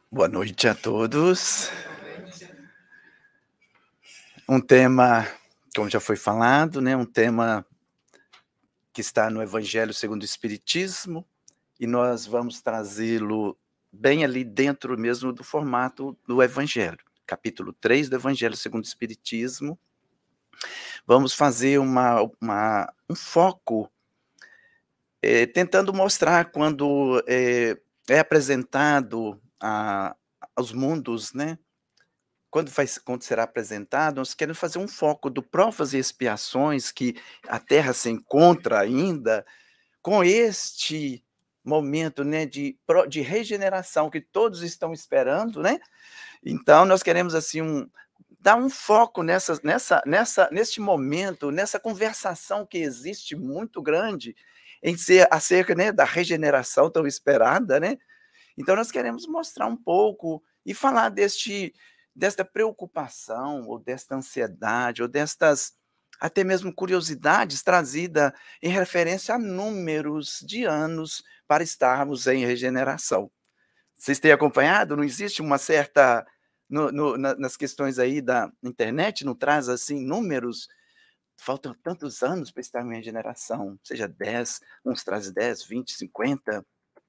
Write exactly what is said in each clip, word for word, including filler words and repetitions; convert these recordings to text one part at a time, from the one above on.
Boa noite a todos. Um tema, como já foi falado, né, um tema que está no Evangelho segundo o Espiritismo, e nós vamos trazê-lo bem ali dentro mesmo do formato do Evangelho. Capítulo três do Evangelho segundo o Espiritismo. Vamos fazer uma uma um foco, eh, tentando mostrar quando, eh, é apresentado a aos mundos, né, Quando faz quando será apresentado, nós queremos fazer um foco do provas e expiações que a Terra se encontra ainda, com este momento, né, de pro de regeneração que todos estão esperando, né. Então nós queremos, assim, um dar um foco nessas nessa nessa neste momento, nessa conversação que existe muito grande em ser acerca, né, da regeneração tão esperada, né. Então nós queremos mostrar um pouco e falar deste desta preocupação, ou desta ansiedade, ou destas até mesmo curiosidades trazida em referência a números de anos para estarmos em regeneração. Vocês têm acompanhado? Não existe uma certa no no na nas questões aí da internet, não traz, assim, números, faltam tantos anos para estar em regeneração, seja dez, uns traz dez, vinte, cinquenta.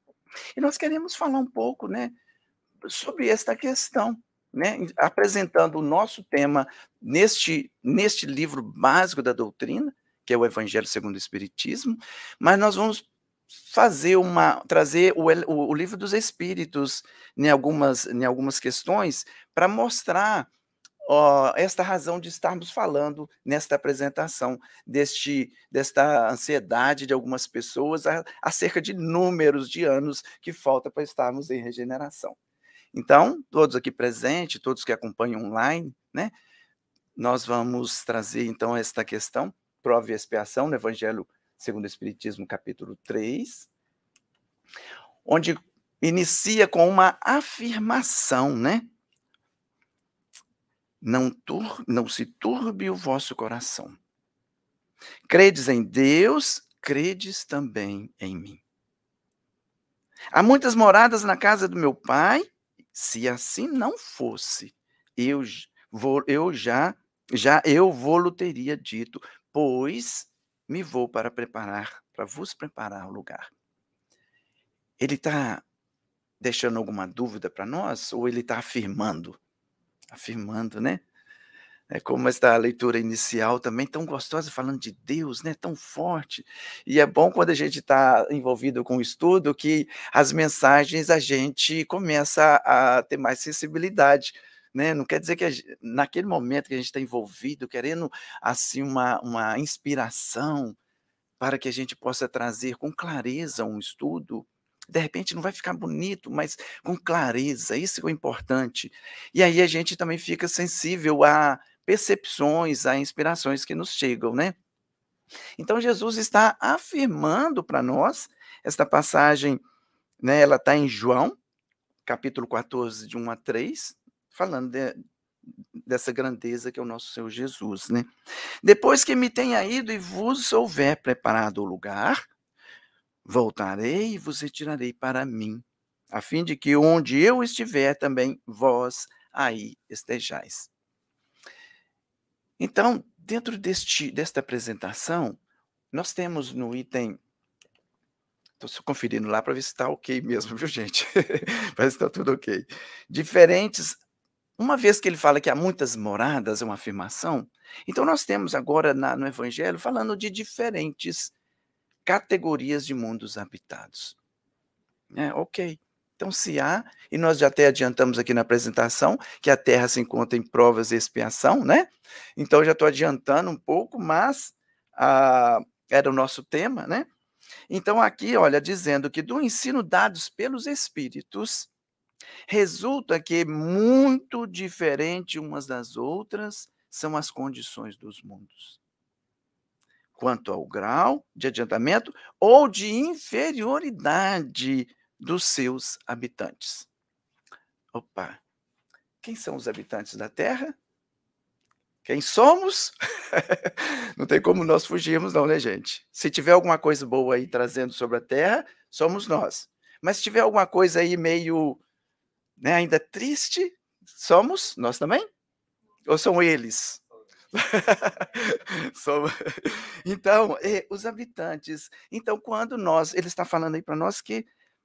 E nós queremos falar um pouco, né, sobre esta questão, né, apresentando o nosso tema neste neste livro básico da doutrina, que é o Evangelho segundo o Espiritismo, mas nós vamos fazer uma trazer o el o o livro dos Espíritos em algumas em algumas questões, para mostrar, ó, esta razão de estarmos falando nesta apresentação, deste desta ansiedade de algumas pessoas a acerca de números de anos que falta para estarmos em regeneração. Então, todos aqui presentes, todos que acompanham online, né, nós vamos trazer então esta questão, prova e expiação no Evangelho segundo o Espiritismo, capítulo três, onde inicia com uma afirmação, né. Não tur não se turbe o vosso coração. Credes em Deus, credes também em mim. Há muitas moradas na casa do meu pai, se assim não fosse, eu j vou eu já já eu vô-lo teria dito, pois me vou para preparar para vos preparar o lugar. Ele está deixando alguma dúvida para nós ou ele está afirmando? Afirmando, né. É como esta leitura inicial também tão gostosa, falando de Deus, né, tão forte. E é bom quando a gente está envolvido com o estudo, que as mensagens a gente começa a ter mais sensibilidade, né. Não quer dizer que a gen naquele momento que a gente está envolvido, querendo, assim, uma uma inspiração, para que a gente possa trazer com clareza um estudo, de repente não vai ficar bonito, mas com clareza, isso que é o importante. E aí a gente também fica sensível a percepções, a inspirações que nos chegam, né. Então Jesus está afirmando para nós, esta passagem, né, ela está em João, capítulo quatorze, de um a três, falando de dessa grandeza que é o nosso Senhor Jesus, né. "Depois que me tenha ido e vos houver preparado o lugar, voltarei e vos retirarei para mim, a fim de que onde eu estiver também vós aí estejais." Então, dentro deste desta apresentação, nós temos no item, estou só conferindo lá para ver se está ok mesmo, viu gente? Parece que está tudo ok. Diferentes, uma vez que ele fala que há muitas moradas, é uma afirmação, então nós temos agora na no Evangelho falando de diferentes categorias de mundos habitados, né, ok. Então se há, e nós já até adiantamos aqui na apresentação, que a Terra se encontra em provas e expiação, né, então já estou adiantando um pouco, mas, ah, era o nosso tema, né. Então aqui, olha, dizendo que do ensino dados pelos espíritos, resulta que muito diferente umas das outras são as condições dos mundos, quanto ao grau de adiantamento ou de inferioridade dos seus habitantes. Opa, quem são os habitantes da Terra? Quem somos? Não tem como nós fugirmos não, né, gente. Se tiver alguma coisa boa aí trazendo sobre a Terra, somos nós. Mas se tiver alguma coisa aí meio Né? Ainda é triste? Somos? Nós também? Ou são eles? Somos. Então, eh, os habitantes. Então, quando nós ele está falando aí para nós que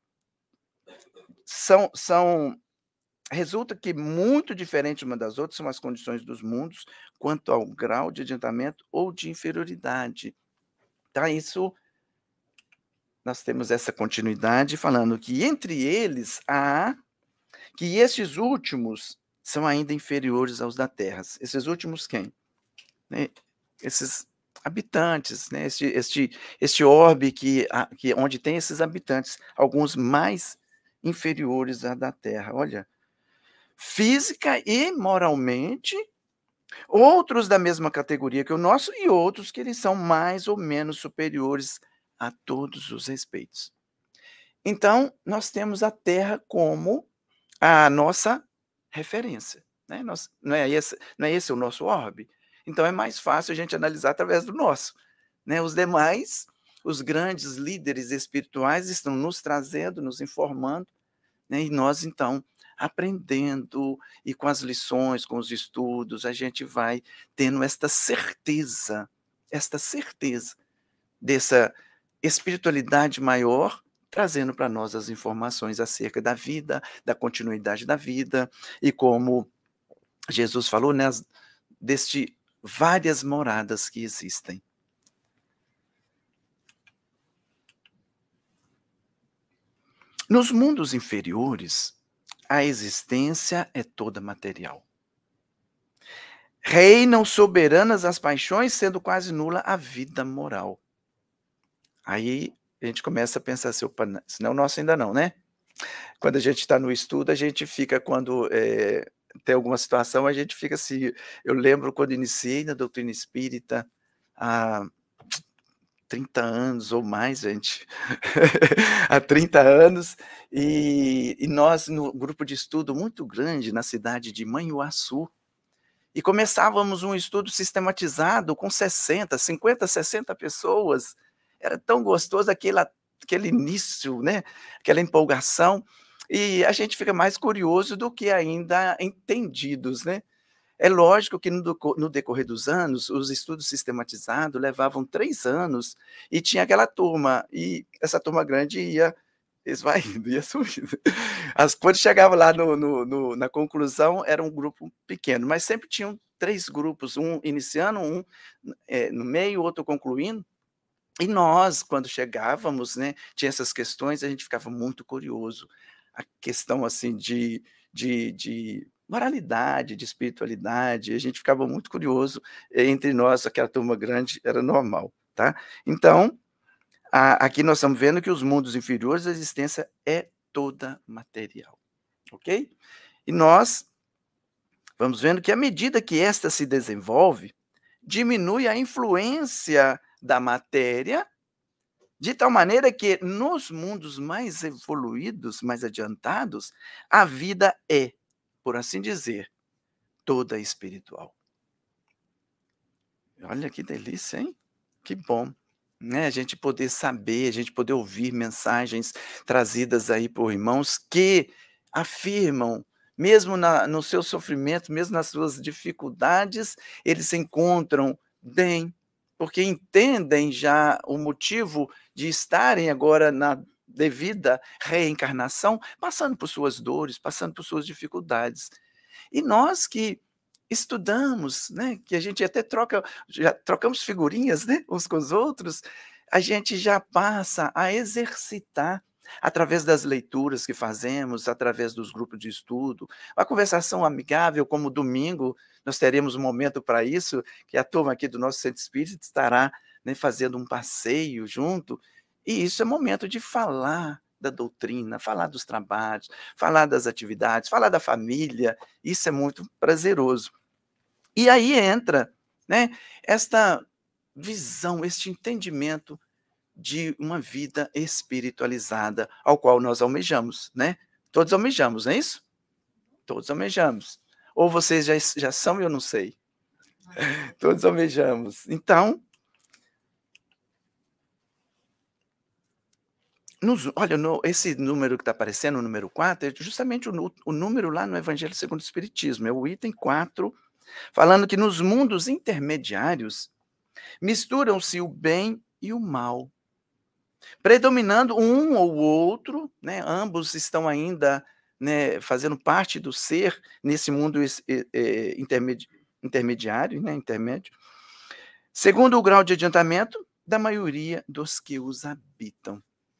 são são resulta que muito diferente uma das outras são as condições dos mundos, quanto ao grau de adiantamento ou de inferioridade. Tá, isso nós temos essa continuidade falando que entre eles há que estes últimos são ainda inferiores aos da terra. Esses últimos quem? Né, esses habitantes, né, este este este orbe que a que onde tem esses habitantes, alguns mais inferiores à da terra. Olha, física e moralmente, outros da mesma categoria que o nosso e outros que eles são mais ou menos superiores a todos os respeitos. Então, nós temos a terra como a nossa referência, né, nós não é esse não é esse o nosso orbe? Então é mais fácil a gente analisar através do nosso, né, os demais, os grandes líderes espirituais estão nos trazendo, nos informando, né, e nós então, aprendendo, e com as lições, com os estudos, a gente vai tendo esta certeza, esta certeza dessa espiritualidade maior, trazendo para nós as informações acerca da vida, da continuidade da vida, e como Jesus falou, né, as deste várias moradas que existem. Nos mundos inferiores, a existência é toda material. Reinam soberanas as paixões, sendo quase nula a vida moral. Aí a gente começa a pensar assim: "Opa, isso não é o nosso ainda não, né?". Quando a gente está no estudo, a gente fica quando, eh, tem alguma situação, a gente fica assim. Eu lembro quando iniciei na doutrina espírita, há trinta anos ou mais, gente, há trinta anos, e e nós no grupo de estudo muito grande na cidade de Manhuaçu, e começávamos um estudo sistematizado com sessenta, cinquenta, sessenta pessoas. Era tão gostoso aquela aquele início, né, aquela empolgação, e a gente fica mais curioso do que ainda entendidos, né. É lógico que no doco no decorrer dos anos, os estudos sistematizados levavam três anos, e tinha aquela turma, e essa turma grande ia esvaindo, ia sumindo. As quando chegava lá no no no na conclusão, era um grupo pequeno, mas sempre tinham três grupos, um iniciando, um, eh, no meio, outro concluindo, e nós, quando chegávamos, né, tinha essas questões, a gente ficava muito curioso. A questão, assim, de de de moralidade, de espiritualidade, a gente ficava muito curioso, eh, entre nós, aquela turma grande, era normal, tá. Então, a aqui nós estamos vendo que os mundos inferiores, a existência é toda material, ok? E nós vamos vendo que à medida que esta se desenvolve, diminui a influência da matéria, de tal maneira que nos mundos mais evoluídos, mais adiantados, a vida é, por assim dizer, toda espiritual. Olha que delícia, hein? Que bom, né, a gente poder saber, a gente poder ouvir mensagens trazidas aí por irmãos que afirmam, mesmo na no seu sofrimento, mesmo nas suas dificuldades, eles se encontram bem, porque entendem já o motivo de estarem agora na devida reencarnação, passando por suas dores, passando por suas dificuldades. E nós que estudamos, né, que a gente até troca já trocamos figurinhas, né, uns com os outros, a gente já passa a exercitar, através das leituras que fazemos, através dos grupos de estudo, a conversação amigável, como domingo, nós teremos um momento para isso, que a turma aqui do nosso centro espírita estará, né, fazendo um passeio junto, e isso é momento de falar da doutrina, falar dos trabalhos, falar das atividades, falar da família, isso é muito prazeroso. E aí entra, né, esta visão, este entendimento de uma vida espiritualizada, ao qual nós almejamos, né. Todos almejamos, não é isso? Todos almejamos. Ou vocês já já são e eu não sei? Todos almejamos. Então nos olha, no esse número que está aparecendo, o número quatro, é justamente o nu o número lá no Evangelho segundo o Espiritismo, é o item quatro, falando que nos mundos intermediários misturam-se o bem e o mal, predominando um ou outro, né, ambos estão ainda, né, fazendo parte do ser nesse mundo es e eh, intermedi intermediário, né, intermédio, segundo o grau de adiantamento da maioria dos que os habitam.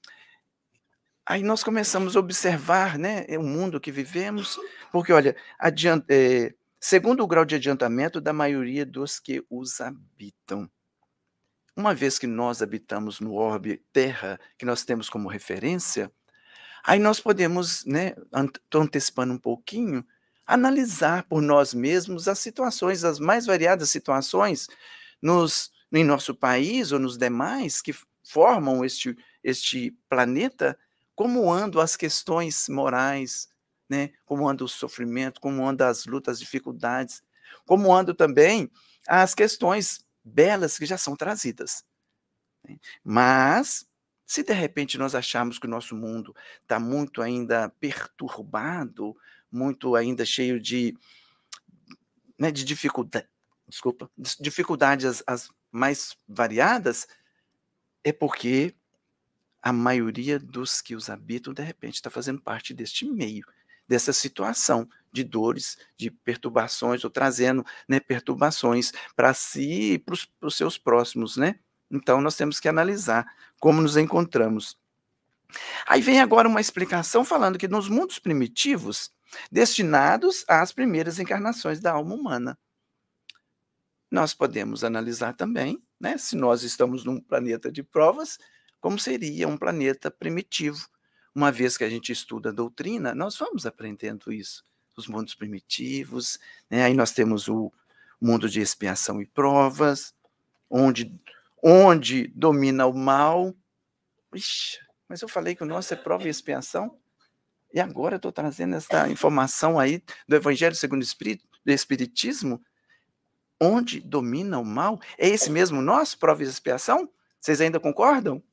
Aí nós começamos a observar, né, o mundo que vivemos, porque olha, adian eh, segundo o grau de adiantamento da maioria dos que os habitam. Uma vez que nós habitamos no orbe Terra, que nós temos como referência, aí nós podemos, né, ante tô antecipando um pouquinho, analisar por nós mesmos as situações, as mais variadas situações nos em nosso país ou nos demais que f formam este este planeta, como andam as questões morais, né, como anda o sofrimento, como anda as lutas, as dificuldades, como andam também as questões belas que já são trazidas, né. Mas, se de repente nós acharmos que o nosso mundo está muito ainda perturbado, muito ainda cheio de, né, de dificulda desculpa, dis dificuldades as as mais variadas, é porque a maioria dos que os habitam, de repente, está fazendo parte deste meio, dessa situação de dores, de perturbações, ou trazendo, né, perturbações para si e para os para os seus próximos, né. Então nós temos que analisar como nos encontramos. Aí vem agora uma explicação falando que nos mundos primitivos, destinados às primeiras encarnações da alma humana. Nós podemos analisar também, né, se nós estamos num planeta de provas, como seria um planeta primitivo. Uma vez que a gente estuda a doutrina, nós vamos aprendendo isso, os mundos primitivos, né, aí nós temos o mundo de expiação e provas, onde onde domina o mal. Ixi, mas eu falei que o nosso é prova e expiação? E agora eu estou trazendo essa informação aí do Evangelho segundo o Espírito do Espiritismo? Onde domina o mal? É esse mesmo nosso, prova e expiação? Vocês ainda concordam?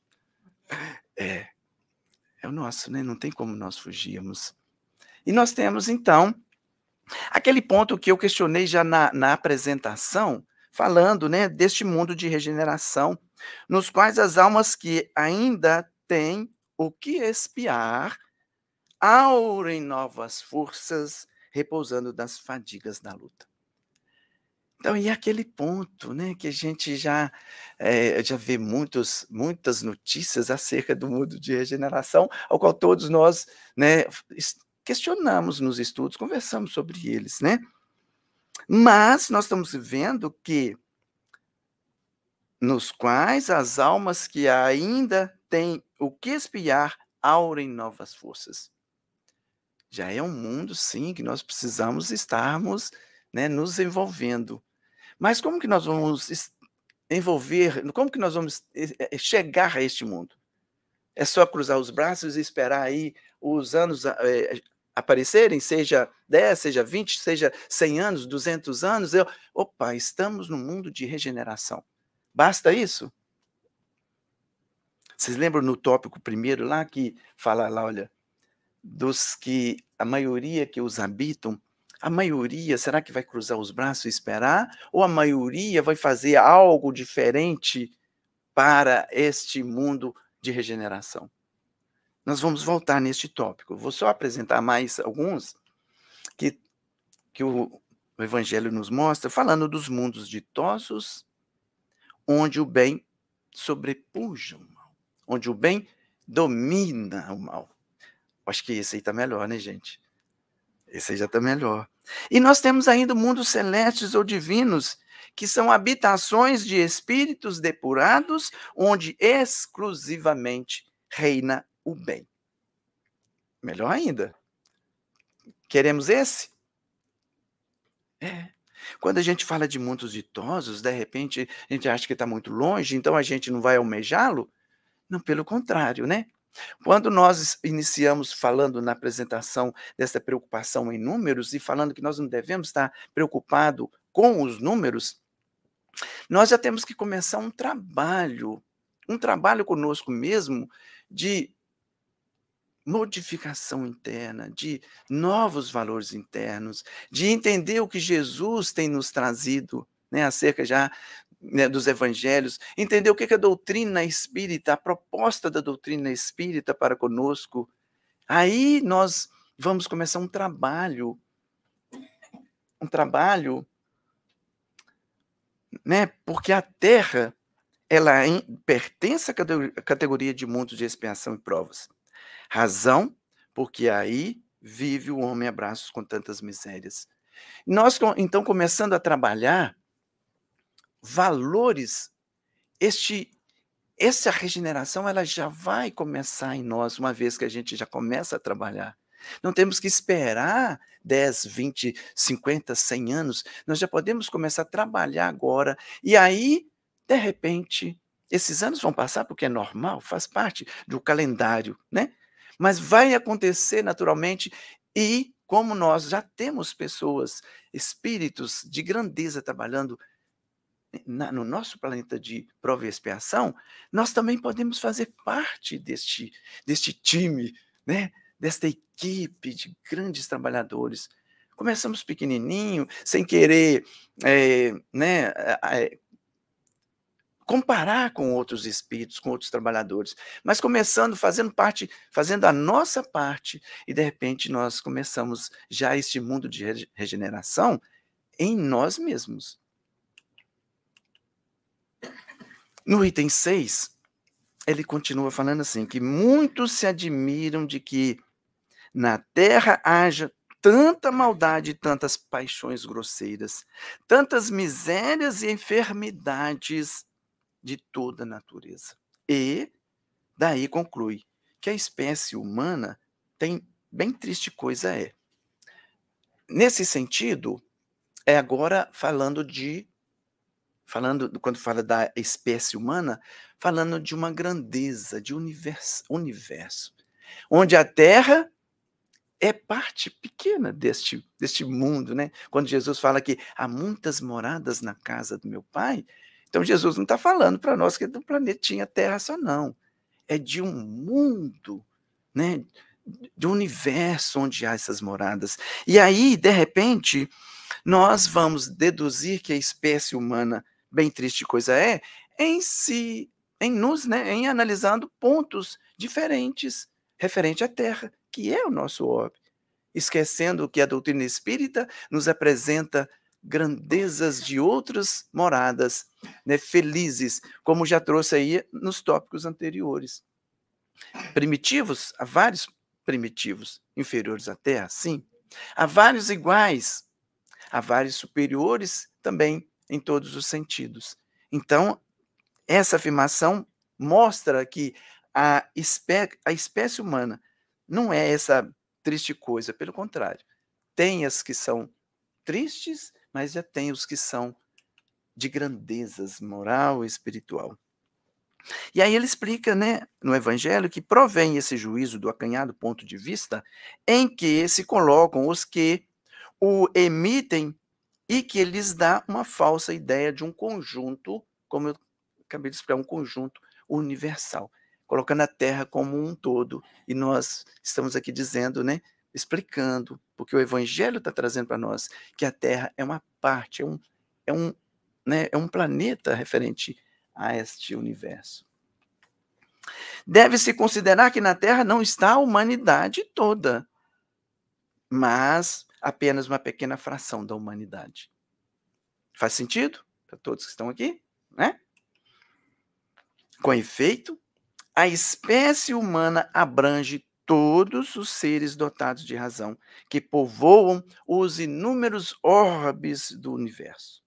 É, é o nosso, né, não tem como nós fugirmos. E nós temos então, aquele ponto que eu questionei já na na apresentação, falando, né, deste mundo de regeneração, nos quais as almas que ainda têm o que expiar, aurem novas forças, repousando das fadigas da luta. Então, e aquele ponto, né, que a gente já, eh, já vê muitos muitas notícias acerca do mundo de regeneração, ao qual todos nós, né, es questionamos nos estudos, conversamos sobre eles, né. Mas nós estamos vendo que nos quais as almas que ainda têm o que expiar, aurem novas forças. Já é um mundo, sim, que nós precisamos estarmos, né, nos envolvendo. Mas como que nós vamos es envolver, como que nós vamos e eh, chegar a este mundo? É só cruzar os braços e esperar aí os anos a eh, aparecerem, seja dez, seja vinte, seja cem anos, duzentos anos, eu opa, estamos no mundo de regeneração. Basta isso? Vocês lembram no tópico primeiro lá que fala lá, olha, dos que a maioria que os habitam, a maioria será que vai cruzar os braços e esperar? Ou a maioria vai fazer algo diferente para este mundo de regeneração? Nós vamos voltar neste tópico. Vou só apresentar mais alguns que que o o evangelho nos mostra, falando dos mundos ditosos, onde o bem sobrepuja o mal, onde o bem domina o mal. Acho que esse aí está melhor, né, gente? Esse aí já está melhor. E nós temos ainda mundos celestes ou divinos, que são habitações de espíritos depurados, onde exclusivamente reina o bem. Melhor ainda. Queremos esse? É. Quando a gente fala de mundos ditosos, de repente, a gente acha que está muito longe, então a gente não vai almejá-lo? Não, pelo contrário, né. Quando nós iniciamos falando na apresentação dessa preocupação em números e falando que nós não devemos estar preocupado com os números, nós já temos que começar um trabalho, um trabalho conosco mesmo de modificação interna, de novos valores internos, de entender o que Jesus tem nos trazido, né, acerca já, né, dos evangelhos, entender o que que a doutrina espírita, a proposta da doutrina espírita para conosco. Aí nós vamos começar um trabalho, um trabalho, né, porque a Terra, ela em pertence à cate categoria de mundo de expiação e provas. Razão, porque aí vive o homem a braços com tantas misérias. Nós, então, começando a trabalhar valores, este essa regeneração, ela já vai começar em nós, uma vez que a gente já começa a trabalhar. Não temos que esperar dez, vinte, cinquenta, cem anos, nós já podemos começar a trabalhar agora, e aí, de repente, esses anos vão passar, porque é normal, faz parte do calendário, né, mas vai acontecer naturalmente, e como nós já temos pessoas, espíritos de grandeza trabalhando na no nosso planeta de prova e expiação, nós também podemos fazer parte deste deste time, né, desta equipe de grandes trabalhadores. Começamos pequenininho, sem querer, eh, né, eh, comparar com outros espíritos, com outros trabalhadores, mas começando, fazendo parte, fazendo a nossa parte, e de repente nós começamos já este mundo de rege regeneração em nós mesmos. No item seis, ele continua falando assim, que muitos se admiram de que na terra haja tanta maldade e tantas paixões grosseiras, tantas misérias e enfermidades de toda a natureza. E daí conclui que a espécie humana tem bem triste coisa é. Nesse sentido, é agora falando de falando quando fala da espécie humana, falando de uma grandeza, de universo universo, onde a Terra é parte pequena deste deste mundo, né. Quando Jesus fala que há muitas moradas na casa do meu Pai, então Jesus não está falando para nós que é do planetinha Terra só não, é de um mundo, né, de um universo onde há essas moradas. E aí, de repente, nós vamos deduzir que a espécie humana, bem triste coisa é, em si, em nos, né, em analisando pontos diferentes referente à Terra, que é o nosso orbe, esquecendo que a doutrina espírita nos apresenta grandezas de outras moradas, né, felizes, como já trouxe aí nos tópicos anteriores. Primitivos, há vários primitivos inferiores à Terra, sim. Há vários iguais, há vários superiores também em todos os sentidos. Então, essa afirmação mostra que a espé a espécie humana não é essa triste coisa, pelo contrário, tem as que são tristes, mas já tem os que são de grandezas moral e espiritual. E aí ele explica, né, no evangelho, que provém esse juízo do acanhado ponto de vista em que se colocam os que o emitem e que lhes dá uma falsa ideia de um conjunto, como eu acabei de explicar, um conjunto universal, colocando a Terra como um todo. E nós estamos aqui dizendo, né, explicando, porque o evangelho está trazendo para nós que a Terra é uma parte, é um, é um, né, é um planeta referente a este universo. Deve-se considerar que na Terra não está a humanidade toda, mas apenas uma pequena fração da humanidade. Faz sentido para todos que estão aqui, né? Com efeito, a espécie humana abrange todos os seres dotados de razão, que povoam os inúmeros orbes do universo.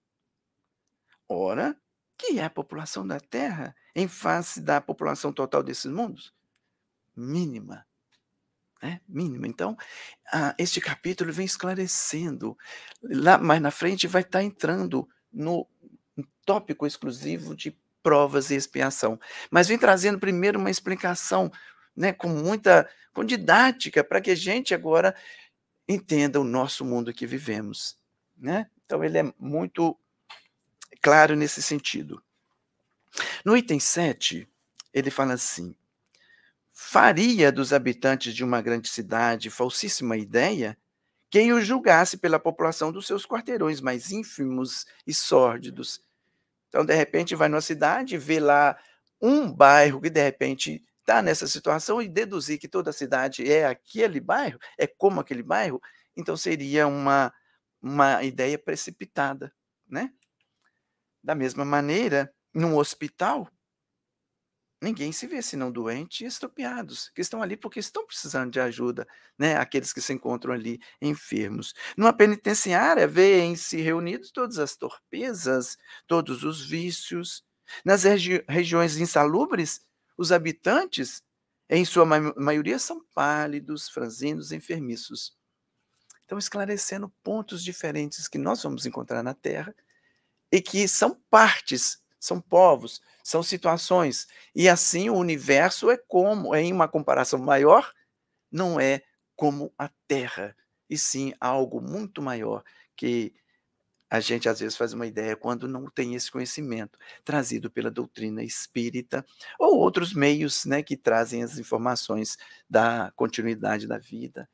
Ora, que é a população da Terra em face da população total desses mundos? Mínima. É, mínima. Então, ah, este capítulo vem esclarecendo. Lá mais na frente vai estar entrando no tópico exclusivo de provas e expiação. Mas vem trazendo primeiro uma explicação, né, com muita com didática, para que a gente agora entenda o nosso mundo que vivemos, né. Então ele é muito claro nesse sentido. No item sete, ele fala assim: faria dos habitantes de uma grande cidade falsíssima ideia quem os julgasse pela população dos seus quarteirões mais ínfimos e sórdidos. Então, de repente, vai numa cidade, vê lá um bairro que, de repente, está nessa situação e deduzir que toda a cidade é aquele bairro, é como aquele bairro, então seria uma uma ideia precipitada, né. Da mesma maneira, num hospital, ninguém se vê senão doentes e estrupiados, que estão ali porque estão precisando de ajuda, né, aqueles que se encontram ali enfermos. Numa penitenciária, vêem-se reunidos todas as torpezas, todos os vícios. Nas regi regiões insalubres, os habitantes, em sua ma maioria, são pálidos, franzinos, enfermiços. Então, esclarecendo pontos diferentes que nós vamos encontrar na Terra e que são partes, são povos, são situações. E assim o universo é como, em uma comparação maior, não é como a Terra, e sim algo muito maior, que a gente às vezes faz uma ideia quando não tem esse conhecimento, trazido pela doutrina espírita ou outros meios, né, que trazem as informações da continuidade da vida.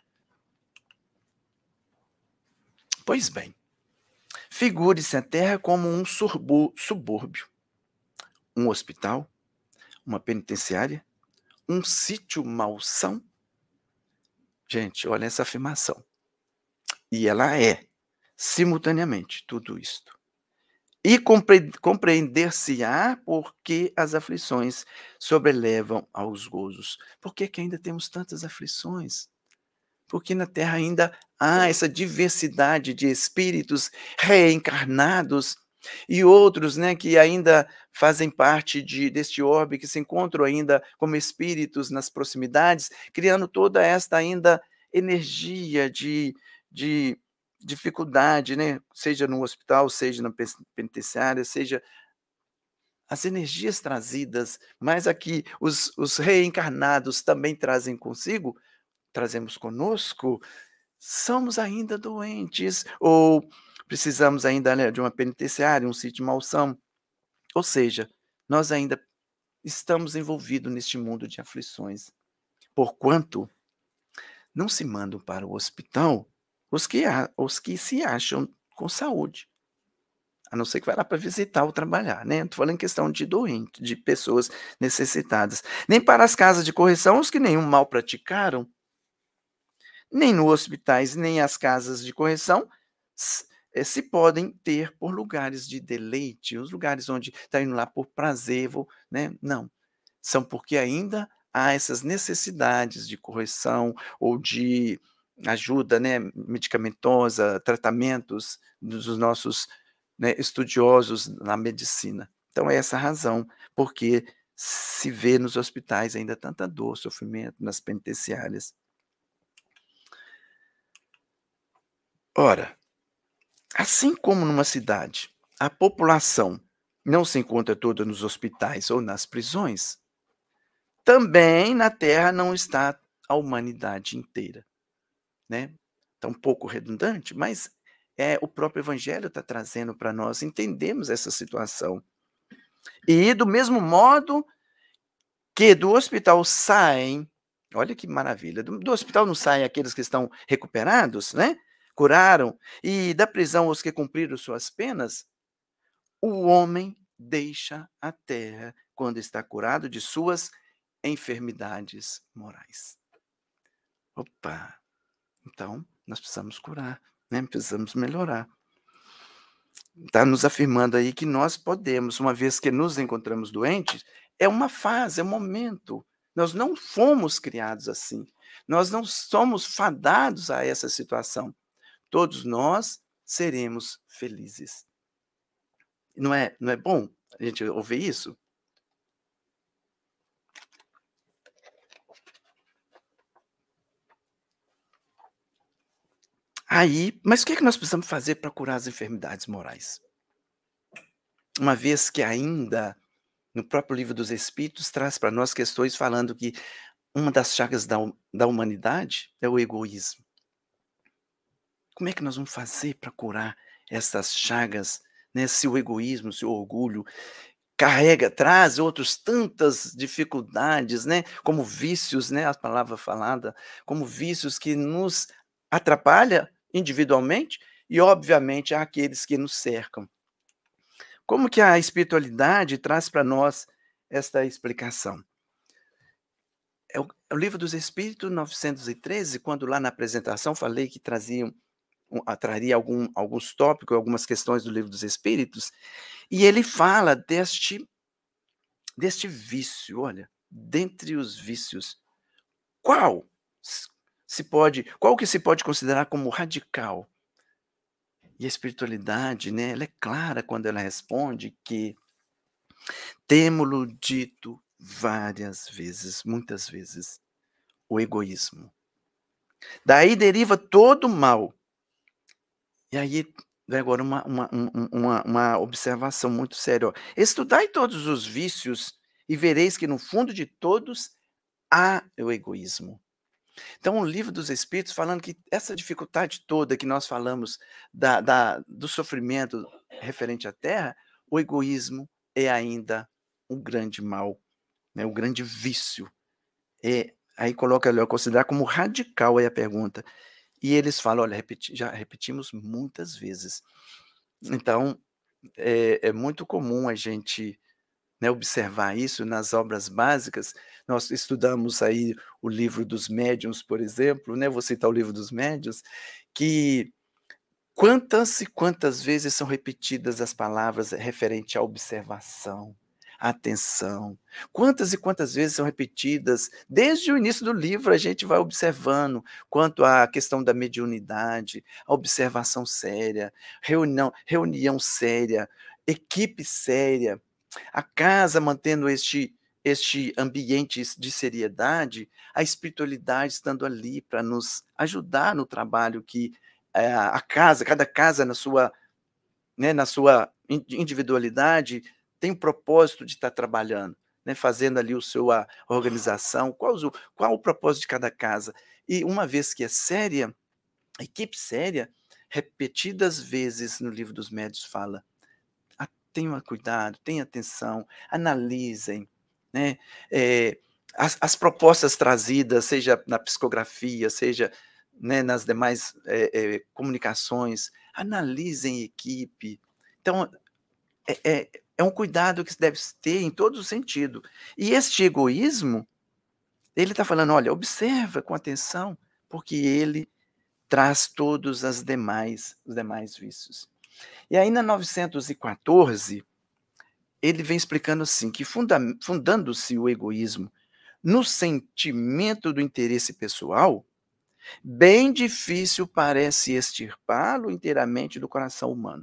Pois bem, figure-se a Terra como um surbu subúrbio, um hospital, uma penitenciária, um sítio malsão. Gente, olha essa afirmação. E ela é, simultaneamente, tudo isto. E compre compreender-se-á porque as aflições sobrelevam aos gozos. Por que que ainda temos tantas aflições? Porque na Terra ainda há essa diversidade de espíritos reencarnados e outros, né, que ainda fazem parte de deste orbe, que se encontram ainda como espíritos nas proximidades, criando toda esta ainda energia de de dificuldade, né, seja no hospital, seja na pes penitenciária, seja as energias trazidas, mas aqui os os reencarnados também trazem consigo, trazemos conosco, somos ainda doentes ou precisamos ainda, né, de uma penitenciária, um sítio malsão, ou seja, nós ainda estamos envolvidos neste mundo de aflições, porquanto não se mandam para o hospital os que a os que se acham com saúde, a não ser que vá lá para visitar ou trabalhar, né, estou falando em questão de doente, de pessoas necessitadas, nem para as casas de correção os que nenhum mal praticaram, nem no hospitais, nem as casas de correção, s eh, se podem ter por lugares de deleite, os lugares onde está indo lá por prazer, vou, né, não. São porque ainda há essas necessidades de correção ou de ajuda, né, medicamentosa, tratamentos dos nossos, né, estudiosos na medicina. Então é essa a razão, porque se vê nos hospitais ainda tanta dor, sofrimento, nas penitenciárias. Ora, assim como numa cidade, a população não se encontra toda nos hospitais ou nas prisões, também na Terra não está a humanidade inteira, né. Está um pouco redundante, mas, é o próprio evangelho está trazendo para nós entendermos essa situação. E do mesmo modo que do hospital saem, olha que maravilha, do do hospital não saem aqueles que estão recuperados, né, curaram, e da prisão os que cumpriram suas penas, o homem deixa a terra quando está curado de suas enfermidades morais. Opa, então nós precisamos curar, né, precisamos melhorar. Está nos afirmando aí que nós podemos, uma vez que nos encontramos doentes, é uma fase, é um momento. Nós não fomos criados assim. Nós não somos fadados a essa situação. Todos nós seremos felizes. Não é não é bom a gente ouvir isso? Aí, mas o que é que nós precisamos fazer para curar as enfermidades morais? Uma vez que ainda, no próprio Livro dos Espíritos, traz para nós questões falando que uma das chagas da hu da humanidade é o egoísmo. Como é que nós vamos fazer para curar essas chagas, né, se o egoísmo, se o orgulho carrega, traz outros tantas dificuldades, né, como vícios, né, a palavra falada, como vícios que nos atrapalha individualmente e obviamente àqueles que nos cercam. Como que a espiritualidade traz para nós esta explicação? É o é o Livro dos Espíritos novecentos e treze, quando lá na apresentação falei que traziam um ah, traria algum alguns tópicos, algumas questões do Livro dos Espíritos, e ele fala deste deste vício, olha, dentre os vícios, qual s se pode qual que se pode considerar como radical? E a espiritualidade, né, ela é clara quando ela responde que temo-lo dito várias vezes, muitas vezes, o egoísmo. Daí deriva todo o mal. E aí, vem agora uma uma um um uma uma observação muito séria, ó: "Estudai todos os vícios e vereis que no fundo de todos há o egoísmo". Então o Livro dos Espíritos falando que essa dificuldade toda que nós falamos da da do sofrimento referente à Terra, o egoísmo é ainda um grande mal, né, um grande vício. É, aí coloca ali, ó, considerar como radical aí a pergunta. E eles falam: "Olha, repeti já repetimos muitas vezes". Então, é é muito comum a gente, né, observar isso nas obras básicas. Nós estudamos aí o Livro dos Médiuns, por exemplo, né, vou citar o Livro dos Médiuns, que quantas e quantas vezes são repetidas as palavras referente à observação, atenção. Quantas e quantas vezes são repetidas, desde o início do livro a gente vai observando quanto à questão da mediunidade, a observação séria, reunião reunião séria, equipe séria, a casa mantendo este este ambiente de seriedade, a espiritualidade estando ali para nos ajudar no trabalho que, eh, a casa cada casa na sua, né, na sua in individualidade, tem o propósito de estar trabalhando, né, fazendo ali o seu a organização, qual os o qual o propósito de cada casa. E uma vez que é séria, a equipe séria, repetidas vezes no Livro dos Médiuns fala: "Ah, tenham cuidado, tenham atenção, analisem", né, eh, as as propostas trazidas, seja na psicografia, seja, né, nas demais, eh eh, comunicações, analisem equipe. Então, é é é um cuidado que se deve se ter em todo o sentido. E este egoísmo, ele está falando: "Olha, observa com atenção, porque ele traz todos as demais os demais vícios". E aí na novecentos e quatorze, ele vem explicando assim, que funda fundando-se o egoísmo no sentimento do interesse pessoal, bem difícil parece extirpá-lo inteiramente do coração humano.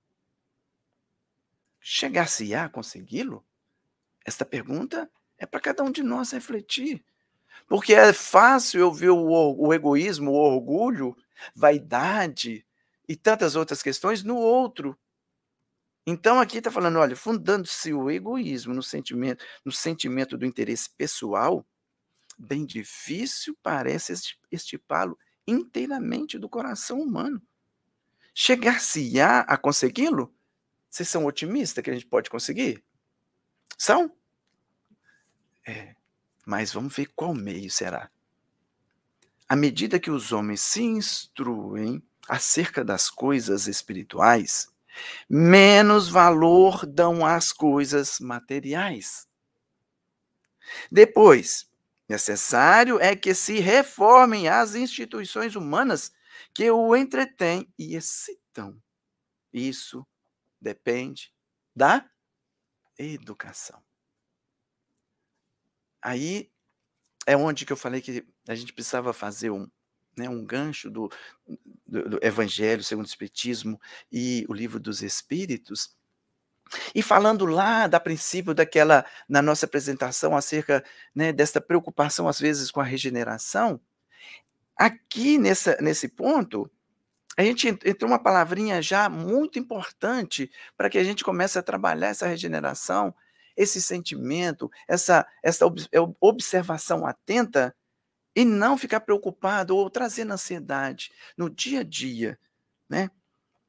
Chegar-se-á a consegui-lo? Esta pergunta é para cada um de nós refletir, porque é fácil eu ver o o o egoísmo, o orgulho, vaidade e tantas outras questões no outro. Então aqui está falando: "Olha, fundando-se o egoísmo no sentimento no sentimento do interesse pessoal, bem difícil parece exti extirpá-lo inteiramente do coração humano. Chegar-se-á a consegui-lo?" Vocês são otimistas que a gente pode conseguir? São? É, mas vamos ver qual meio será. À medida que os homens se instruem acerca das coisas espirituais, menos valor dão às coisas materiais. Depois, necessário é que se reformem as instituições humanas que o entretêm e excitam. Isso depende da educação. Aí é onde que eu falei que a gente precisava fazer um, né, um gancho do do do Evangelho segundo o Espiritismo e o Livro dos Espíritos, e falando lá da princípio daquela na nossa apresentação acerca, né, dessa preocupação às vezes com a regeneração, aqui nessa nesse ponto, a gente en entrou uma palavrinha já muito importante para que a gente comece a trabalhar essa regeneração, esse sentimento, essa essa ob observação atenta e não ficar preocupado ou trazendo ansiedade no dia a dia, né.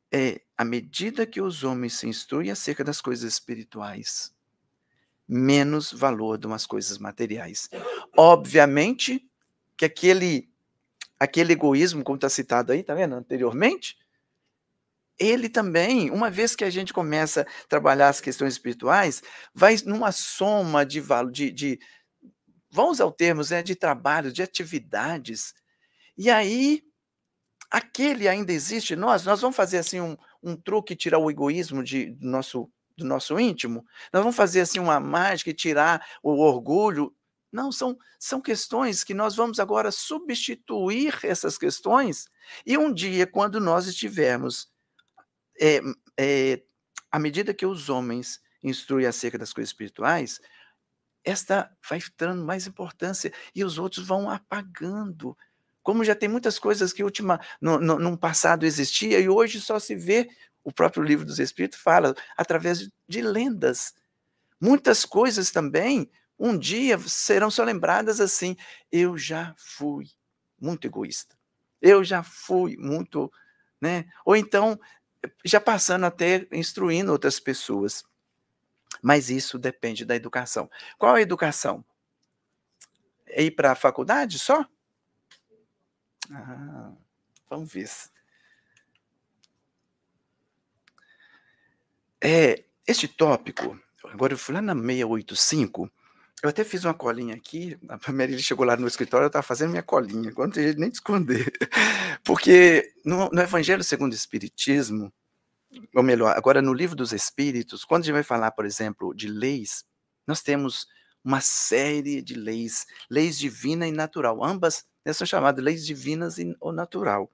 é à medida que os homens se instruem acerca das coisas espirituais, menos valor dão às coisas materiais. Obviamente que aquele aquele egoísmo, como está citado aí, tá vendo, anteriormente, ele também, uma vez que a gente começa a trabalhar as questões espirituais, vai numa soma de valo de de vamos usar o termos, né, de trabalho, de atividades, e aí, aquele ainda existe em nós, nós vamos fazer, assim, um um truque e tirar o egoísmo de do nosso do nosso íntimo? Nós vamos fazer, assim, uma mágica e tirar o orgulho? Não, são são questões que nós vamos agora substituir essas questões, e um dia quando nós estivermos, eh eh, à medida que os homens instruem acerca das coisas espirituais, esta vai dando mais importância e os outros vão apagando. Como já tem muitas coisas que ultima no no num passado existia e hoje só se vê, o próprio Livro dos Espíritos fala, através de de lendas. Muitas coisas também, um dia serão só lembradas assim: "Eu já fui muito egoísta. Eu já fui muito", né, ou então, já passando até instruindo outras pessoas. Mas isso depende da educação. Qual a educação? É ir para a faculdade só? Ah, vamos ver se É, este tópico, agora eu fui lá na seiscentos e oitenta e cinco, eu até fiz uma colinha aqui, a Mary chegou lá no escritório, eu estava fazendo minha colinha, agora não tem jeito nem de esconder. Porque no no Evangelho segundo o Espiritismo, ou melhor, agora no Livro dos Espíritos, quando a gente vai falar, por exemplo, de leis, nós temos uma série de leis, leis divina e natural, ambas, elas são chamadas leis divinas e ou natural.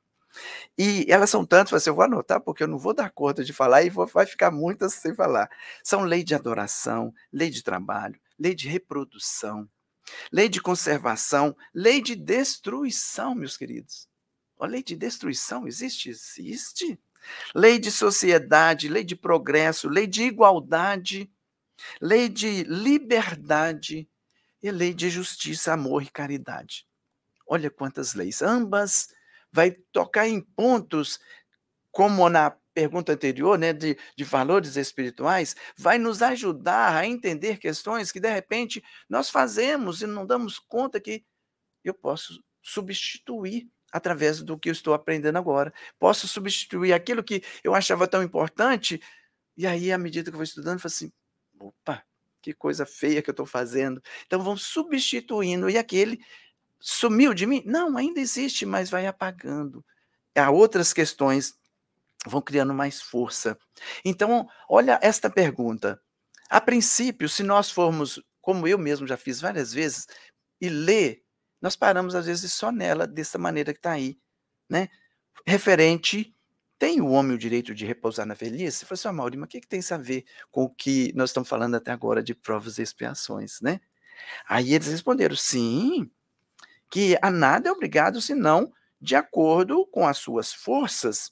E elas são tantas, assim, eu vou anotar, porque eu não vou dar conta de falar e vou vai ficar muitas sem falar. São lei de adoração, lei de trabalho, lei de reprodução, lei de conservação, lei de destruição, meus queridos. A lei de destruição existe? Existe. Lei de sociedade, lei de progresso, lei de igualdade, lei de liberdade e lei de justiça, amor e caridade. Olha quantas leis, ambas vai tocar em pontos, como na pergunta anterior, né, de de valores espirituais, vai nos ajudar a entender questões que, de repente, nós fazemos e não damos conta que eu posso substituir através do que eu estou aprendendo agora. Posso substituir aquilo que eu achava tão importante, e aí, à medida que eu vou estudando, eu falo assim: "Opa, que coisa feia que eu estou fazendo". Então vamos substituindo, e aquele sumiu de mim? Não, ainda existe, mas vai apagando. Há outras questões vão criando mais força. Então, olha esta pergunta, a princípio, se nós formos, como eu mesmo já fiz várias vezes, e ler, nós paramos às vezes só nela, dessa maneira que está aí, né, referente tem o homem o direito de repousar na velhice? Eu falei assim: "Ó Mauri, mas o que que tem isso a ver com o que nós estamos falando até agora de provas e expiações, né?". Aí eles responderam: "Sim, que a nada é obrigado senão de acordo com as suas forças".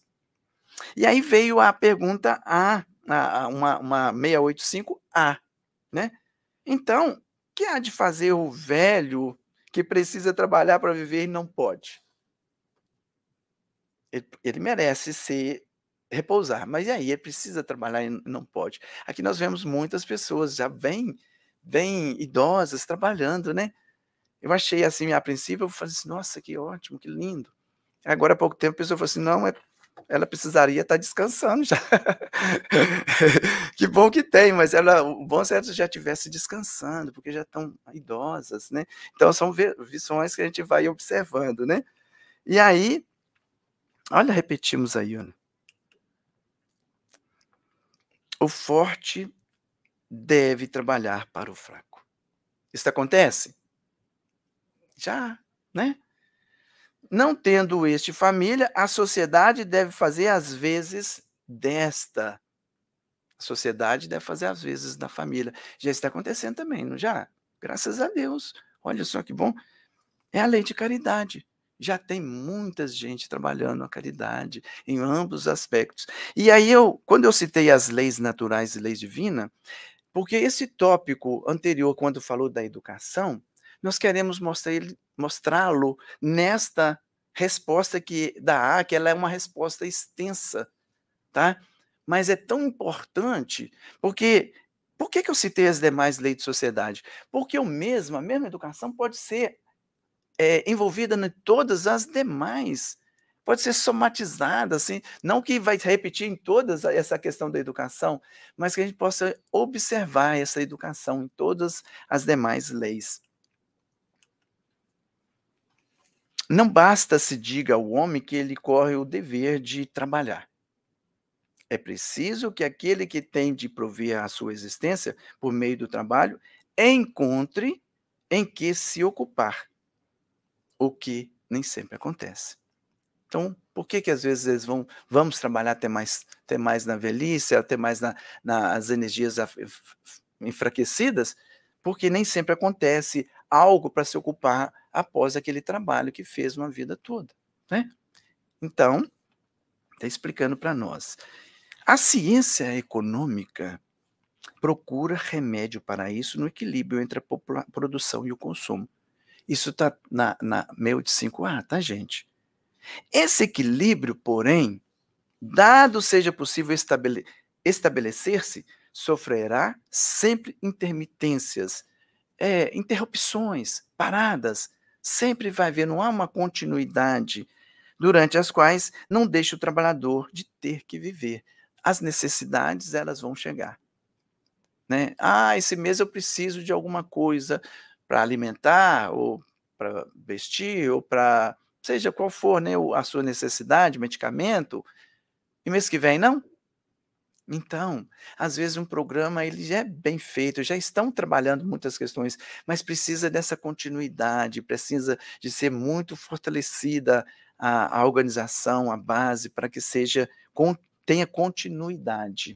E aí veio a pergunta A, a a uma uma seiscentos e oitenta e cinco A, né. Então, que há de fazer o velho que precisa trabalhar para viver e não pode? Ele ele merece ser repousar, mas e aí, ele precisa trabalhar e não pode. Aqui nós vemos muitas pessoas já bem bem idosas trabalhando, né. Eu achei assim, a princípio eu falei assim: "Nossa, que ótimo, que lindo". Agora há pouco tempo a pessoa falou assim: "Não, é ela precisaria estar descansando já". Que bom que tem, mas ela o bom é se ela já estivesse descansando, porque já estão idosas, né. Então são ve visões que a gente vai observando, né. E aí, olha, repetimos aí, olha. O forte deve trabalhar para o fraco. Isso acontece? Já, né. Não tendo este família, a sociedade deve fazer as vezes desta. A sociedade deve fazer as vezes da família. Já está acontecendo também, não já? Graças a Deus. Olha só que bom. É a lei de caridade. Já tem muita gente trabalhando a caridade, em ambos os aspectos. E aí eu quando eu citei as leis naturais e leis divina, porque esse tópico anterior, quando falou da educação, nós queremos mostrar ele mostrá-lo nesta resposta que da A, que ela é uma resposta extensa. tá? Mas é tão importante, porque por que que eu citei as demais leis de sociedade? Porque o mesmo a mesma educação pode ser, eh, envolvida em todas as demais, pode ser somatizada, assim, não que vai repetir em todas a essa questão da educação, mas que a gente possa observar essa educação em todas as demais leis. Não basta se diga ao homem que ele corre o dever de trabalhar. É preciso que aquele que tem de prover a sua existência por meio do trabalho, encontre em que se ocupar, o que nem sempre acontece. Então, por que que às vezes eles vão vamos trabalhar até mais até mais na velhice, até mais na nas energias af f f enfraquecidas? Porque nem sempre acontece algo para se ocupar após aquele trabalho que fez uma vida toda, né. Então, está explicando para nós. A ciência econômica procura remédio para isso no equilíbrio entre a popula produção e o consumo. Isso está na na Meo de cinco a, tá, gente? Esse equilíbrio, porém, dado seja possível estabele estabelecer-se, sofrerá sempre intermitências, eh, interrupções, paradas, sempre vai haver, não há uma continuidade, durante as quais não deixa o trabalhador de ter que viver. As necessidades, elas vão chegar. Né, "Ah, esse mês eu preciso de alguma coisa para alimentar ou para vestir ou para" seja qual for, né, o a sua necessidade, medicamento, "e mês que vem não?". Então, às vezes um programa ele já é bem feito, já estão trabalhando muitas questões, mas precisa dessa continuidade, precisa de ser muito fortalecida a a organização, a base, para que seja con tenha continuidade.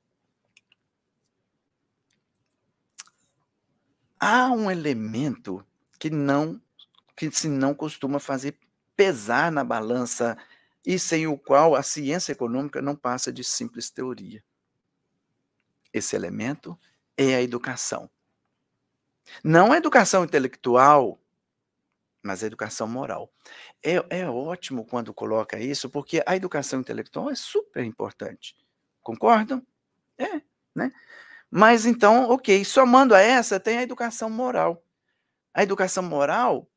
Há um elemento que não que se não costuma fazer pesar na balança, e sem o qual a ciência econômica não passa de simples teoria. Esse elemento é a educação. Não a educação intelectual, mas a educação moral. É é ótimo quando coloca isso, porque a educação intelectual é super importante. Concordam? É, né. Mas então, ok, somando a essa, tem a educação moral. A educação moral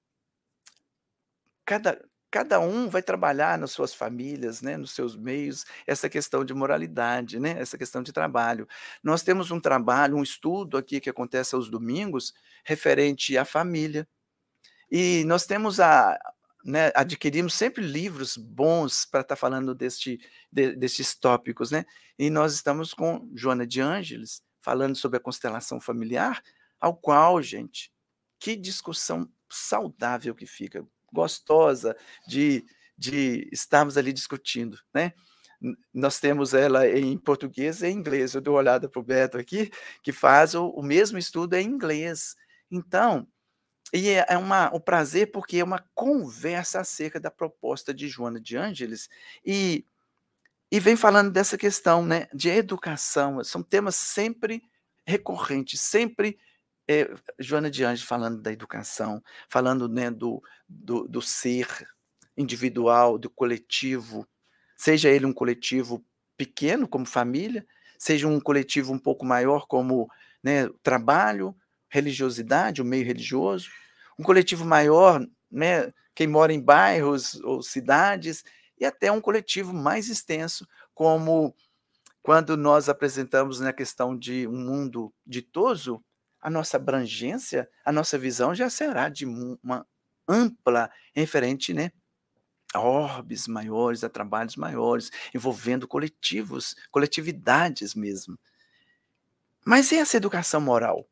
cada cada um vai trabalhar nas suas famílias, né, nos seus meios, essa questão de moralidade, né, essa questão de trabalho. Nós temos um trabalho, um estudo aqui que acontece aos domingos, referente à família. E nós temos a né, adquirimos sempre livros bons para estar falando deste de destes tópicos, né. E nós estamos com Joana de Ângeles, falando sobre a constelação familiar, ao qual, gente, que discussão saudável que fica, gostosa de de estarmos ali discutindo, né. N nós temos ela em português e em inglês, eu dou uma olhada para o Beto aqui, que faz o o mesmo estudo em inglês. Então, e é é uma um prazer, porque é uma conversa acerca da proposta de Joana de Ângeles, e e vem falando dessa questão, né, de educação, são temas sempre recorrentes, sempre, eh, Joana de Ângeles falando da educação, falando, né, do do do ser individual, do coletivo, seja ele um coletivo pequeno, como família, seja um coletivo um pouco maior como, né, trabalho, religiosidade, o meio religioso, um coletivo maior, né, quem mora em bairros ou cidades, e até um coletivo mais extenso, como quando nós apresentamos na questão de um mundo ditoso, a nossa abrangência, a nossa visão já será de mu uma ampla referente, né, a orbes maiores, a trabalhos maiores, envolvendo coletivos, coletividades mesmo. Mas e essa educação moral?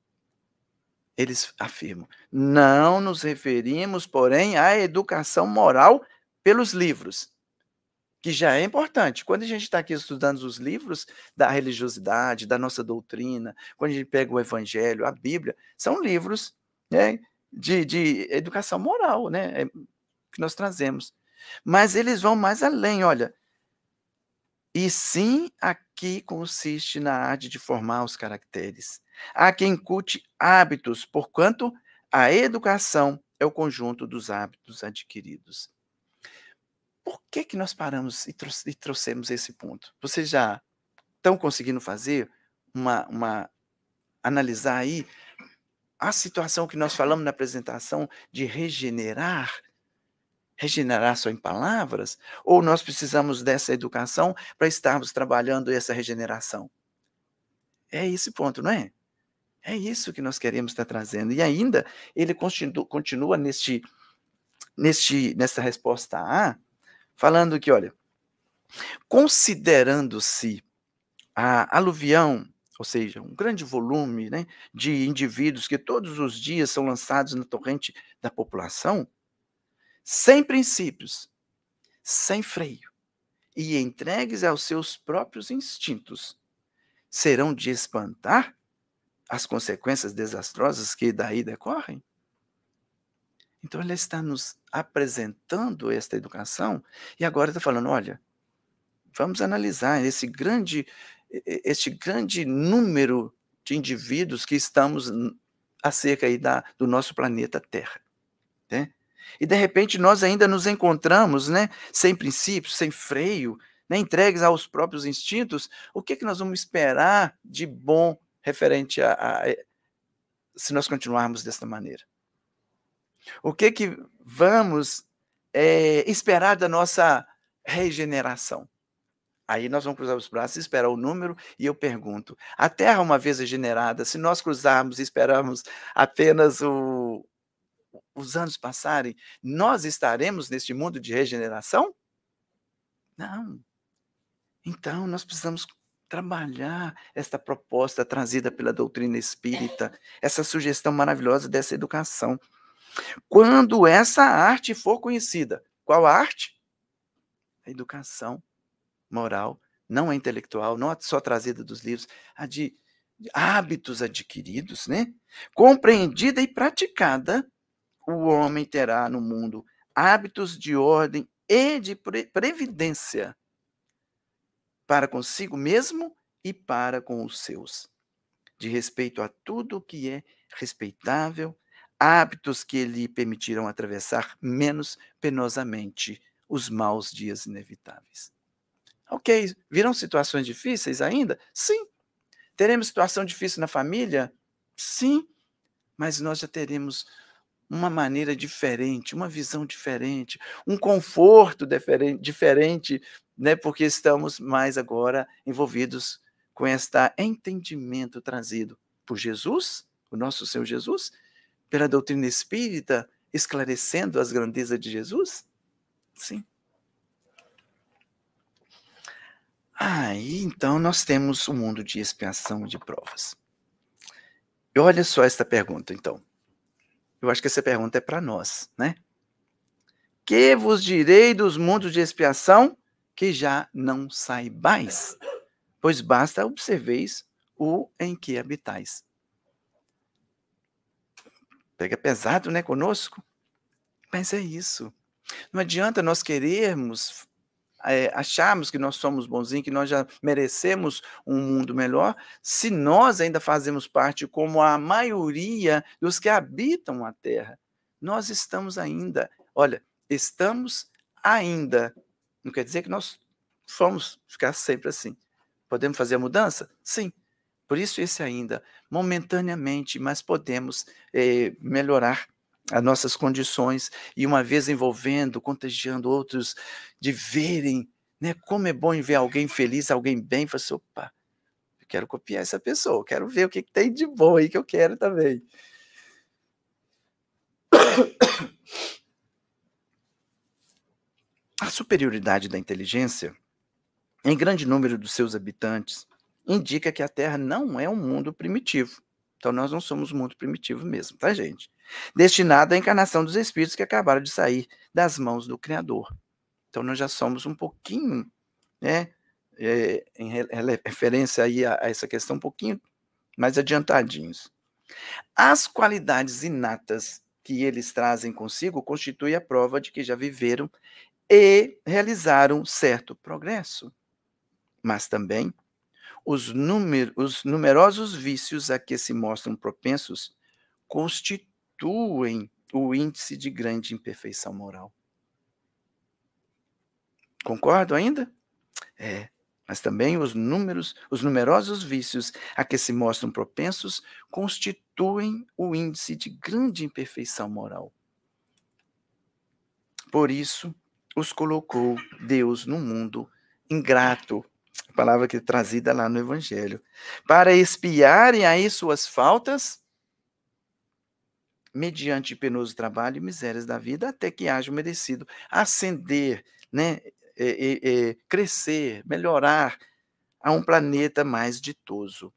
Eles afirmam: "Não nos referimos, porém, à educação moral pelos livros", que já é importante. Quando a gente está aqui estudando os livros da religiosidade, da nossa doutrina, quando a gente pega o evangelho, a Bíblia, são livros, né, de de educação moral, né, eh, que nós trazemos. Mas eles vão mais além, olha "e sim a que consiste na arte de formar os caracteres. Há quem inculte hábitos, porquanto a educação é o conjunto dos hábitos adquiridos". por que que nós paramos e trou e trouxemos esse ponto? Vocês já estão conseguindo fazer uma uma analisar aí a situação que nós falamos na apresentação de regenerar? Regenerar só em palavras? Ou nós precisamos dessa educação para estarmos trabalhando essa regeneração? É esse ponto, não é? É isso que nós queremos estar trazendo. E ainda, ele continu continua neste neste nessa resposta A, falando que, olha, considerando-se a aluvião, ou seja, um grande volume, né, de indivíduos que todos os dias são lançados na torrente da população, sem princípios, sem freio e entregues aos seus próprios instintos, serão de espantar as consequências desastrosas que daí decorrem? Então ela está nos apresentando esta educação e agora está falando: olha, vamos analisar esse grande e e este grande número de indivíduos que estamos n acerca aí da do nosso planeta Terra, né. E de repente nós ainda nos encontramos, né, sem princípios, sem freio, né, entregues aos próprios instintos, o que que nós vamos esperar de bom referente a a eh, se nós continuarmos desta maneira? O que que vamos, eh, esperar da nossa regeneração? Aí nós vamos cruzar os braços e esperar o número, e eu pergunto: a Terra uma vez regenerada, se nós cruzarmos e esperarmos apenas o os anos passarem, nós estaremos neste mundo de regeneração? Não. Então nós precisamos trabalhar esta proposta trazida pela doutrina espírita, essa sugestão maravilhosa dessa educação. Quando essa arte for conhecida, qual a arte? A educação moral, não a intelectual, não a só trazida dos livros, a de hábitos adquiridos, né, compreendida e praticada, o homem terá no mundo hábitos de ordem e de pre previdência para consigo mesmo e para com os seus, de respeito a tudo o que é respeitável, hábitos que lhe permitirão atravessar menos penosamente os maus dias inevitáveis. Ok, virão situações difíceis ainda? Sim. Teremos situação difícil na família? Sim, mas nós já teremos uma maneira diferente, uma visão diferente, um conforto deferen diferente, né, porque estamos mais agora envolvidos com este entendimento trazido por Jesus, o nosso Senhor Jesus, pela doutrina espírita, esclarecendo as grandezas de Jesus? Sim. Aí, então, nós temos um mundo de expiação e de provas. E olha só esta pergunta, então. Eu acho que essa pergunta é para nós, né. Que vos direi dos mundos de expiação que já não saibais? Pois basta observeis o em que habitais. Pega pesado, né, conosco? Mas é isso. Não adianta nós querermos eh, acharmos que nós somos bonzinhos, que nós já merecemos um mundo melhor, se nós ainda fazemos parte como a maioria dos que habitam a Terra. Nós estamos ainda, olha, estamos ainda, não quer dizer que nós vamos ficar sempre assim. Podemos fazer a mudança? Sim. Por isso esse ainda, momentaneamente, mas podemos eh, melhorar as nossas condições e uma vez envolvendo, contagiando outros, de verem, né, como é bom em ver alguém feliz, alguém bem, fala assim: "Opa, eu quero copiar essa pessoa, quero ver o que que tem de bom aí que eu quero também". A superioridade da inteligência, em grande número dos seus habitantes, indica que a Terra não é um mundo primitivo. Então nós não somos um mundo primitivo mesmo, tá, gente? Destinado à encarnação dos espíritos que acabaram de sair das mãos do Criador. Então nós já somos um pouquinho, né, eh, em re rele referência aí a a essa questão, um pouquinho mais adiantadinhos. As qualidades inatas que eles trazem consigo constituem a prova de que já viveram e realizaram certo progresso. Mas também os número os numerosos vícios a que se mostram propensos constituem o índice de grande imperfeição moral. Concordo ainda? É, mas também os números, os numerosos vícios a que se mostram propensos constituem o índice de grande imperfeição moral. Por isso, os colocou Deus no mundo ingrato, a palavra que é trazida lá no Evangelho, para expiarem aí suas faltas, mediante penoso trabalho e misérias da vida, até que haja merecido ascender, né, e, e, e crescer, melhorar a um planeta mais ditoso.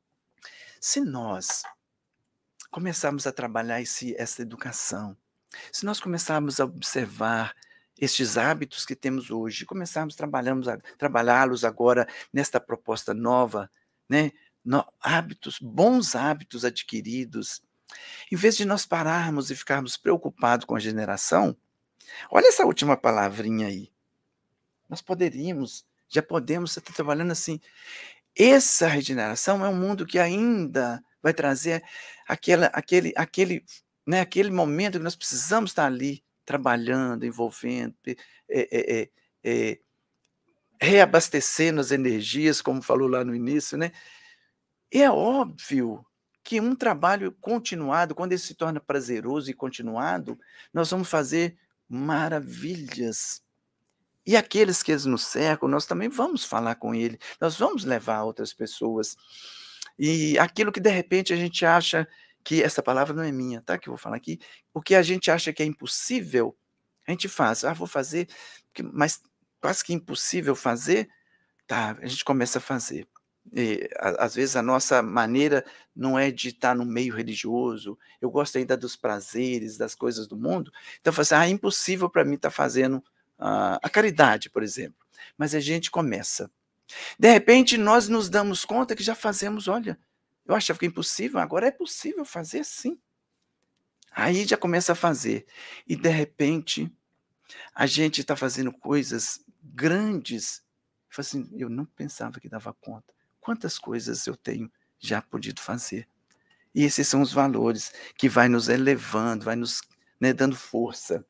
Se nós começarmos a trabalhar esse, essa educação, se nós começarmos a observar estes hábitos que temos hoje, começarmos trabalhamos a trabalhá-los agora nesta proposta nova, né? No, hábitos, bons hábitos adquiridos, em vez de nós pararmos e ficarmos preocupados com a generação, olha essa última palavrinha aí. Nós poderíamos, já podemos estar trabalhando assim. Essa regeneração é um mundo que ainda vai trazer aquela, aquele, aquele, né, aquele momento que nós precisamos estar ali trabalhando, envolvendo, é, é, é, é, reabastecendo as energias, como falou lá no início, né? E é óbvio que um trabalho continuado, quando ele se torna prazeroso e continuado, nós vamos fazer maravilhas. E aqueles que nos cercam, nós também vamos falar com ele, nós vamos levar a outras pessoas. E aquilo que de repente a gente acha que, essa palavra não é minha, tá, que eu vou falar aqui, o que a gente acha que é impossível, a gente faz. Ah, vou fazer, mas quase que impossível fazer, tá, a gente começa a fazer. E, a, às vezes a nossa maneira não é de estar no meio religioso, eu gosto ainda dos prazeres, das coisas do mundo, então eu falo assim, ah, é impossível para mim estar fazendo uh, a caridade, por exemplo, mas a gente começa. De repente nós nos damos conta que já fazemos, olha, eu achava que é impossível, agora é possível fazer sim. Aí já começa a fazer, e de repente a gente está fazendo coisas grandes, eu, assim, eu não pensava que dava conta. Quantas coisas eu tenho já podido fazer. E esses são os valores que vai nos elevando, vai nos, né, dando força.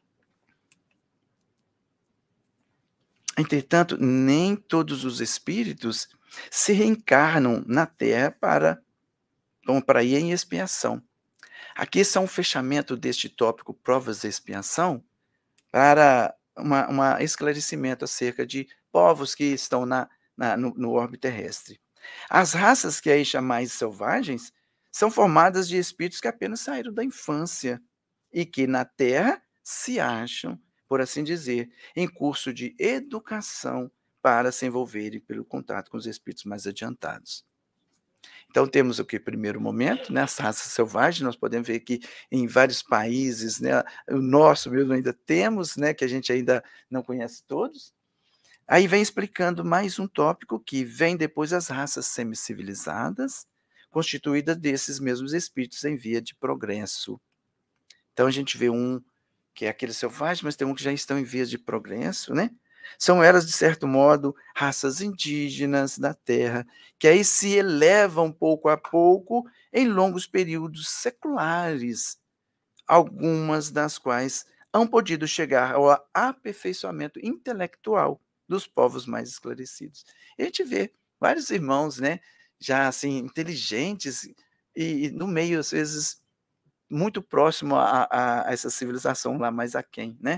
Entretanto, nem todos os espíritos se reencarnam na Terra para, bom, para ir em expiação. Aqui são um fechamento deste tópico provas de expiação para uma, uma esclarecimento acerca de povos que estão na, na, no, no orbe terrestre. As raças que aí chamais selvagens são formadas de espíritos que apenas saíram da infância e que na Terra se acham, por assim dizer, em curso de educação para se envolverem pelo contato com os espíritos mais adiantados. Então temos o que? Primeiro momento, né, as raças selvagens, nós podemos ver que em vários países, né, o nosso mesmo ainda temos, né, que a gente ainda não conhece todos. Aí vem explicando mais um tópico que vem depois as raças semicivilizadas, constituídas desses mesmos espíritos em via de progresso. Então a gente vê um que é aquele selvagem, mas tem um que já estão em vias de progresso, né? São elas, de certo modo, raças indígenas da Terra, que aí se elevam pouco a pouco em longos períodos seculares, algumas das quais hão podido chegar ao aperfeiçoamento intelectual dos povos mais esclarecidos. E a gente vê vários irmãos, né, já assim, inteligentes, e, e no meio, às vezes, muito próximo a, a, a essa civilização lá mais aquém, né?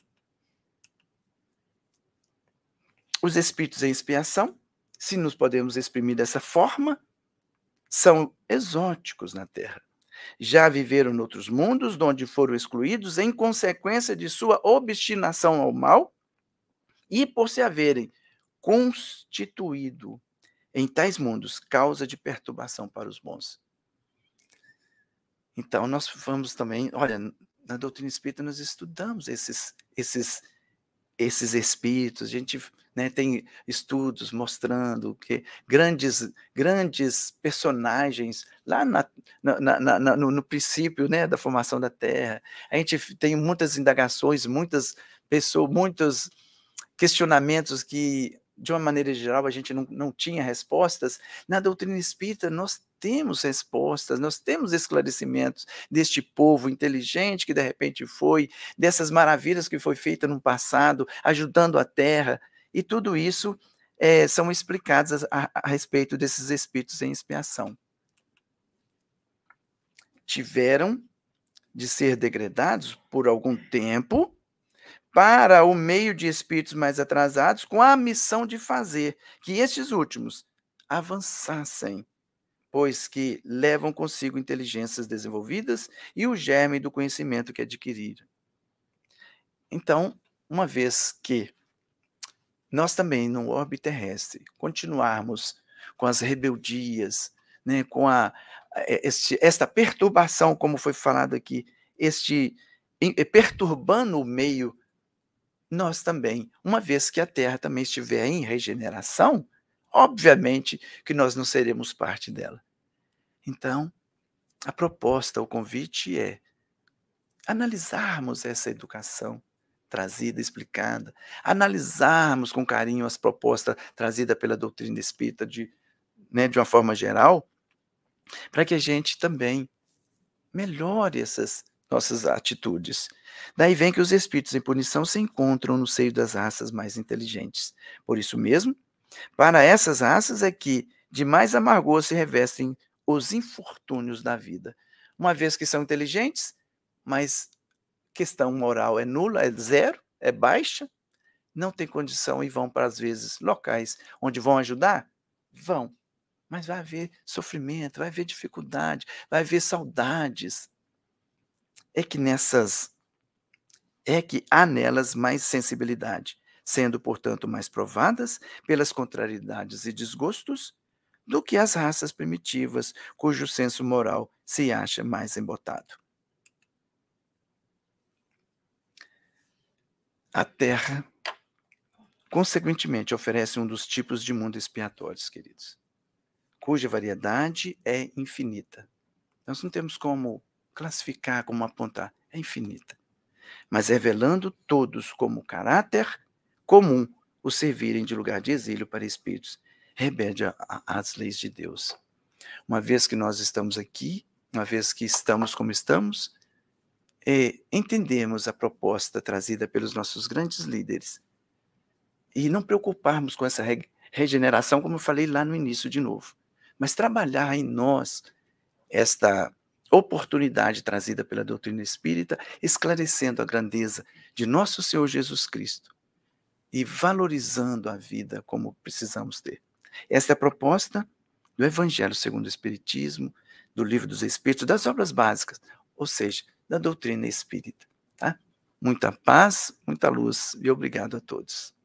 Os espíritos em expiação, se nos podemos exprimir dessa forma, são exóticos na Terra. Já viveram noutros mundos, onde foram excluídos em consequência de sua obstinação ao mal e por se haverem constituído em tais mundos causa de perturbação para os bons. Então, nós vamos também, olha, na doutrina espírita nós estudamos esses, esses, esses espíritos, a gente, né, tem estudos mostrando que grandes, grandes personagens lá na, na, na, na, no, no princípio, né, da formação da Terra, a gente tem muitas indagações, muitas pessoas, muitos questionamentos que, de uma maneira geral, a gente não, não tinha respostas. Na doutrina espírita, nós temos respostas, nós temos esclarecimentos deste povo inteligente que de repente foi, dessas maravilhas que foi feita no passado, ajudando a terra, e tudo isso é, são explicados a, a, a respeito desses espíritos em expiação. Tiveram de ser degradados por algum tempo para o meio de espíritos mais atrasados, com a missão de fazer que estes últimos avançassem, pois que levam consigo inteligências desenvolvidas e o germe do conhecimento que adquiriram. Então, uma vez que nós também, no orbe terrestre, continuarmos com as rebeldias, né, com a, este, esta perturbação, como foi falado aqui, este perturbando o meio, nós também, uma vez que a Terra também estiver em regeneração, obviamente que nós não seremos parte dela. Então, a proposta, o convite é analisarmos essa educação trazida, explicada, analisarmos com carinho as propostas trazidas pela doutrina espírita de, né, de uma forma geral, para que a gente também melhore essas nossas atitudes. Daí vem que os espíritos em punição se encontram no seio das raças mais inteligentes. Por isso mesmo, para essas raças é que de mais amargor se revestem os infortúnios da vida. Uma vez que são inteligentes, mas questão moral é nula, é zero, é baixa, não tem condição e vão para, às vezes, locais onde vão ajudar? Vão. Mas vai haver sofrimento, vai haver dificuldade, vai haver saudades. É que nessas é que há nelas mais sensibilidade, sendo, portanto, mais provadas pelas contrariedades e desgostos do que as raças primitivas, cujo senso moral se acha mais embotado. A Terra, consequentemente, oferece um dos tipos de mundo expiatórios, queridos, cuja variedade é infinita. Nós não temos como classificar, como apontar, é infinita. Mas revelando todos como caráter comum o servirem de lugar de exílio para espíritos rebelde às leis de Deus. Uma vez que nós estamos aqui, uma vez que estamos como estamos, é, entendemos a proposta trazida pelos nossos grandes líderes e não preocuparmos com essa re regeneração, como eu falei lá no início de novo, mas trabalhar em nós esta oportunidade trazida pela doutrina espírita, esclarecendo a grandeza de nosso Senhor Jesus Cristo e valorizando a vida como precisamos ter. Esta é a proposta do Evangelho segundo o Espiritismo, do Livro dos Espíritos, das obras básicas, ou seja, da doutrina espírita. Tá? Muita paz, muita luz e obrigado a todos.